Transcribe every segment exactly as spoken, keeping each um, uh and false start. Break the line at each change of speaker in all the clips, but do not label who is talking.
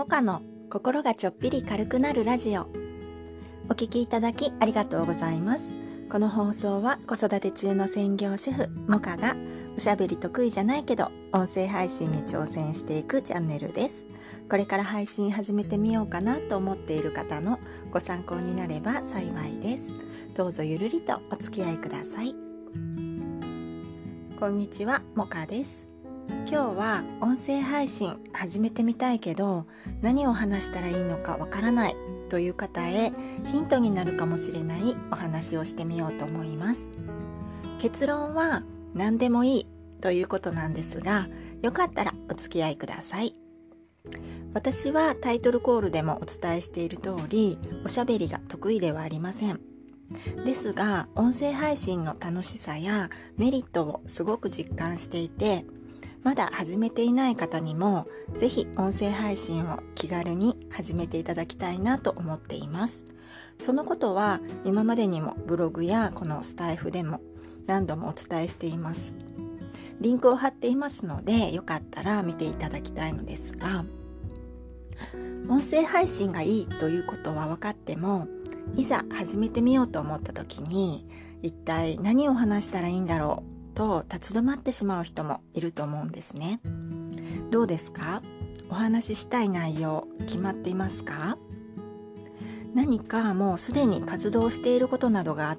カの心がちょっぴり軽くなるラジオ。お聞きいただきありがとうございます。この放送は子育て中の専業主婦モカがおしゃべり得意じゃないけど音声配信に挑戦していくチャンネルです。これから配信始めてみようかなと思っている方のご参考になれば幸いです。どうぞゆるりとお付き合いください。こんにちは、モカです。今日は音声配信始めてみたいけど何を話したらいいのかわからないという方へヒントになるかもしれないお話をしてみようと思います。結論は何でもいいということなんですが、よかったらお付き合いください。私はタイトルコールでもお伝えしている通り、おしゃべりが得意ではありません。ですが音声配信の楽しさやメリットをすごく実感していて、まだ始めていない方にもぜひ音声配信を気軽に始めていただきたいなと思っています。そのことは今までにもブログやこのスタイフでも何度もお伝えしています。リンクを貼っていますのでよかったら見ていただきたいのですが、音声配信がいいということは分かっても、いざ始めてみようと思った時に一体何を話したらいいんだろうと立ち止まってしまう人もいると思うんですね。どうですか？お話ししたい内容決まっていますか？何かもうすでに活動していることなどがあって、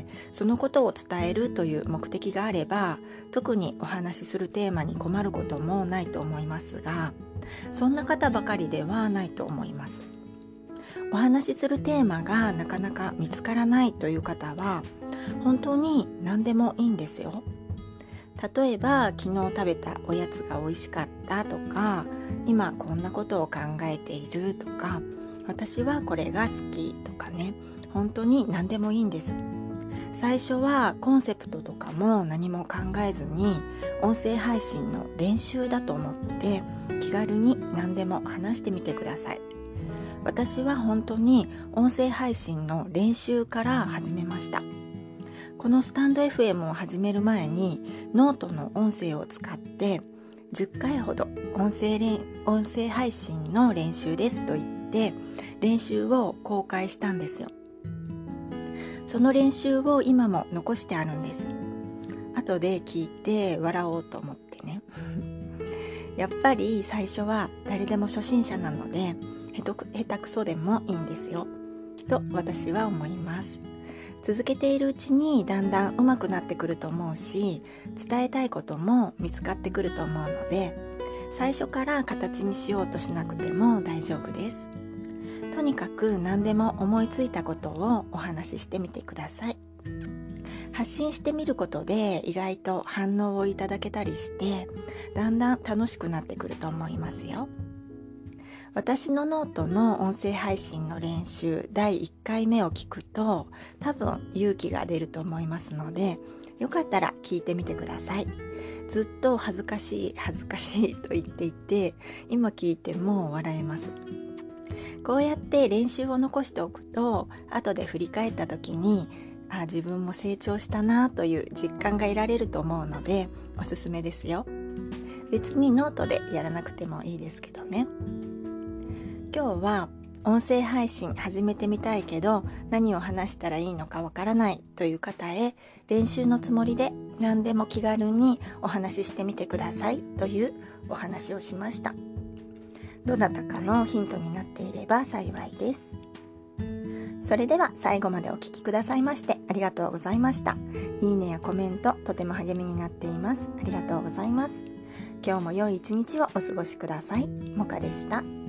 そのことを伝えるという目的があれば、特にお話しするテーマに困ることもないと思いますが、そんな方ばかりではないと思います。お話しするテーマがなかなか見つからないという方は、本当に何でもいいんですよ。例えば昨日食べたおやつが美味しかったとか、今こんなことを考えているとか、私はこれが好きとかね、本当に何でもいいんです。最初はコンセプトとかも何も考えずに音声配信の練習だと思って気軽に何でも話してみてください。私は本当に音声配信の練習から始めました。このスタンド エフエム を始める前にノートの音声を使ってじゅっかいほど音声練音声配信の練習ですと言って練習を公開したんですよ。その練習を今も残してあるんです。後で聞いて笑おうと思ってねやっぱり最初は誰でも初心者なので下手く、下手くそでもいいんですよと私は思います。続けているうちにだんだん上手くなってくると思うし、伝えたいことも見つかってくると思うので、最初から形にしようとしなくても大丈夫です。とにかく何でも思いついたことをお話ししてみてください。発信してみることで意外と反応をいただけたりして、だんだん楽しくなってくると思いますよ。私のノートの音声配信の練習だいいっかいめを聞くと多分勇気が出ると思いますので、よかったら聞いてみてください。ずっと恥ずかしい恥ずかしいと言っていて、今聞いても笑えます。こうやって練習を残しておくと後で振り返った時に、あ、自分も成長したなという実感が得られると思うのでおすすめですよ。別にノートでやらなくてもいいですけどね。今日は音声配信始めてみたいけど何を話したらいいのかわからないという方へ練習のつもりで何でも気軽にお話ししてみてくださいというお話をしました。どなたかのヒントになっていれば幸いです。それでは最後までお聞きくださいましてありがとうございました。いいねやコメントとても励みになっています。ありがとうございます。今日も良い一日をお過ごしください。モカでした。